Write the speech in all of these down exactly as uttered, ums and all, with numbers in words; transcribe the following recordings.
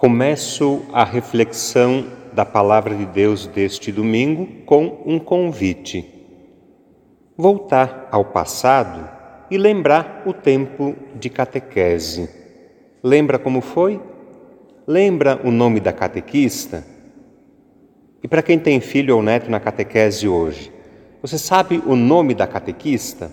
Começo a reflexão da Palavra de Deus deste domingo com um convite. Voltar ao passado e lembrar o tempo de catequese. Lembra como foi? Lembra o nome da catequista? E para quem tem filho ou neto na catequese hoje, você sabe o nome da catequista?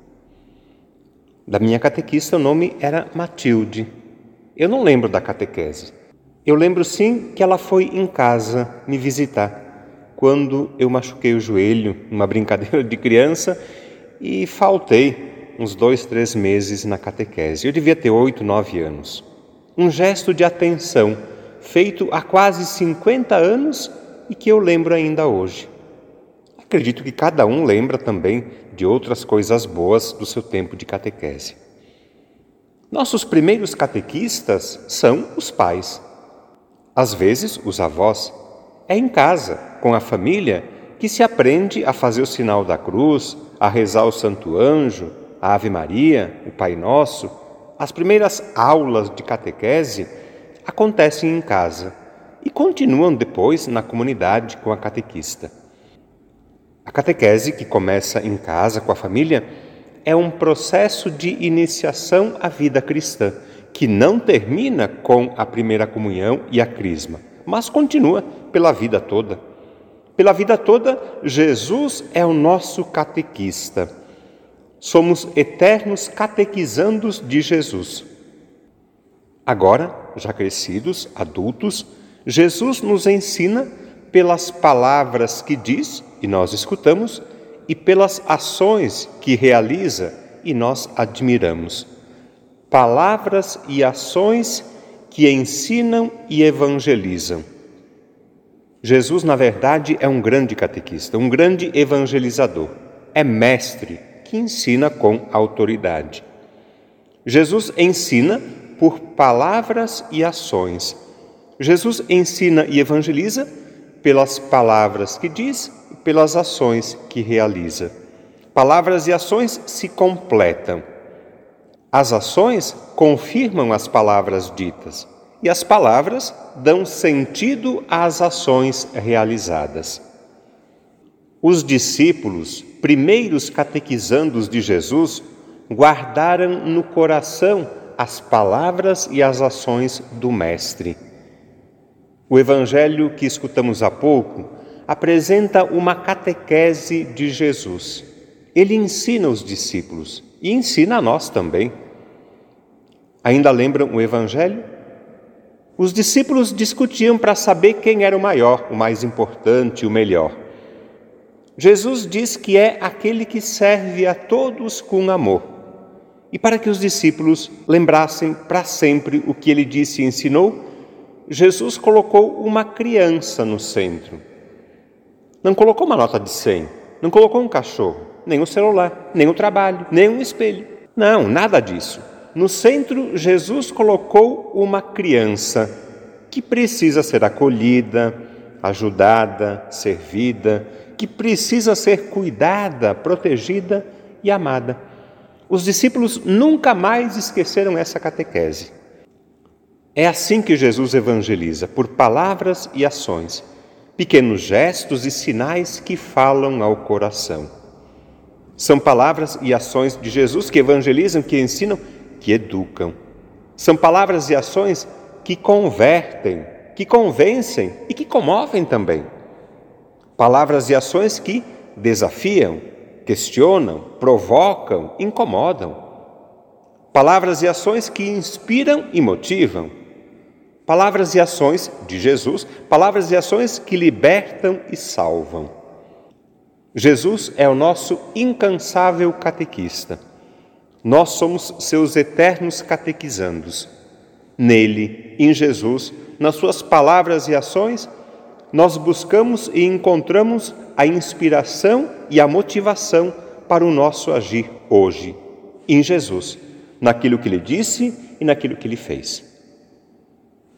Da minha catequista o nome era Matilde. Eu não lembro da catequese. Eu lembro sim que ela foi em casa me visitar quando eu machuquei o joelho numa brincadeira de criança e faltei uns dois, três meses na catequese. Eu devia ter oito, nove anos. Um gesto de atenção feito há quase cinquenta anos e que eu lembro ainda hoje. Acredito que cada um lembra também de outras coisas boas do seu tempo de catequese. Nossos primeiros catequistas são os pais. Às vezes, os avós. É em casa, com a família, que se aprende a fazer o sinal da cruz, a rezar o Santo Anjo, a Ave Maria, o Pai Nosso. As primeiras aulas de catequese acontecem em casa e continuam depois na comunidade com a catequista. A catequese, que começa em casa com a família, é um processo de iniciação à vida cristã, que não termina com a primeira comunhão e a crisma, mas continua pela vida toda. Pela vida toda, Jesus é o nosso catequista. Somos eternos catequizandos de Jesus. Agora, já crescidos, adultos, Jesus nos ensina pelas palavras que diz e nós escutamos e pelas ações que realiza e nós admiramos. Palavras e ações que ensinam e evangelizam. Jesus, na verdade, é um grande catequista, um grande evangelizador. É mestre que ensina com autoridade. Jesus ensina por palavras e ações. Jesus ensina e evangeliza pelas palavras que diz e pelas ações que realiza. Palavras e ações se completam. As ações confirmam as palavras ditas e as palavras dão sentido às ações realizadas. Os discípulos, primeiros catequizandos de Jesus, guardaram no coração as palavras e as ações do Mestre. O Evangelho que escutamos há pouco apresenta uma catequese de Jesus. Ele ensina os discípulos e ensina a nós também. Ainda lembram o Evangelho? Os discípulos discutiam para saber quem era o maior, o mais importante, o melhor. Jesus diz que é aquele que serve a todos com amor. E para que os discípulos lembrassem para sempre o que ele disse e ensinou, Jesus colocou uma criança no centro. Não colocou uma nota de cem, não colocou um cachorro, nem o celular, nem o trabalho, nem um espelho. Não, nada disso. No centro, Jesus colocou uma criança que precisa ser acolhida, ajudada, servida, que precisa ser cuidada, protegida e amada. Os discípulos nunca mais esqueceram essa catequese. É assim que Jesus evangeliza, por palavras e ações, pequenos gestos e sinais que falam ao coração. São palavras e ações de Jesus que evangelizam, que ensinam, que educam. São palavras e ações que convertem, que convencem e que comovem também. Palavras e ações que desafiam, questionam, provocam, incomodam. Palavras e ações que inspiram e motivam. Palavras e ações de Jesus, palavras e ações que libertam e salvam. Jesus é o nosso incansável catequista. Nós somos seus eternos catequizandos. Nele, em Jesus, nas suas palavras e ações, nós buscamos e encontramos a inspiração e a motivação para o nosso agir hoje, em Jesus, naquilo que Ele disse e naquilo que Ele fez.